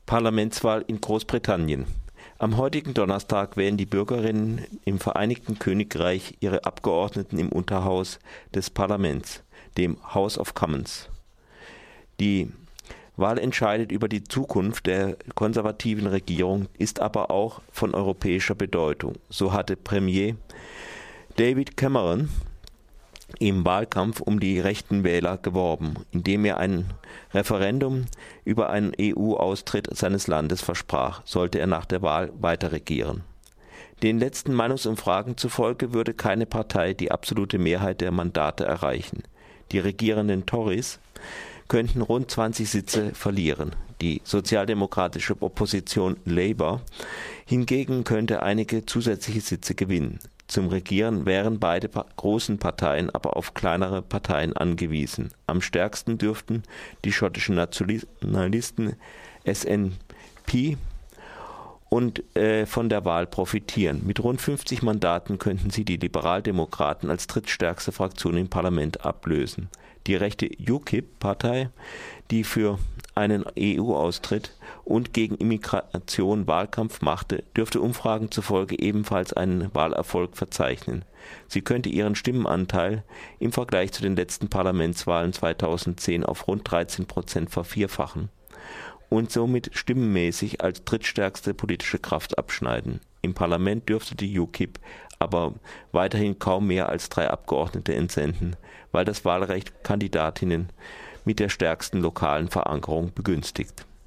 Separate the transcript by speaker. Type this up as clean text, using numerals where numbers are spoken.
Speaker 1: Parlamentswahl in Großbritannien. Am heutigen Donnerstag wählen die Bürgerinnen im Vereinigten Königreich ihre Abgeordneten im Unterhaus des Parlaments, dem House of Commons. Die Wahl entscheidet über die Zukunft der konservativen Regierung, ist aber auch von europäischer Bedeutung. So hatte Premier David Cameron im Wahlkampf um die rechten Wähler geworben, indem er ein Referendum über einen EU-Austritt seines Landes versprach, sollte er nach der Wahl weiter regieren. Den letzten Meinungsumfragen zufolge würde keine Partei die absolute Mehrheit der Mandate erreichen. Die regierenden Tories könnten rund 20 Sitze verlieren. Die sozialdemokratische Opposition Labour hingegen könnte einige zusätzliche Sitze gewinnen. Zum Regieren wären beide großen Parteien aber auf kleinere Parteien angewiesen. Am stärksten dürften die schottischen Nationalisten SNP und von der Wahl profitieren. Mit rund 50 Mandaten könnten sie die Liberaldemokraten als drittstärkste Fraktion im Parlament ablösen. Die rechte UKIP-Partei, die für einen EU-Austritt und gegen Immigration Wahlkampf machte, dürfte Umfragen zufolge ebenfalls einen Wahlerfolg verzeichnen. Sie könnte ihren Stimmenanteil im Vergleich zu den letzten Parlamentswahlen 2010 auf rund 13% vervierfachen und somit stimmenmäßig als drittstärkste politische Kraft abschneiden. Im Parlament dürfte die UKIP aber weiterhin kaum mehr als 3 Abgeordnete entsenden, weil das Wahlrecht Kandidatinnen mit der stärksten lokalen Verankerung begünstigt.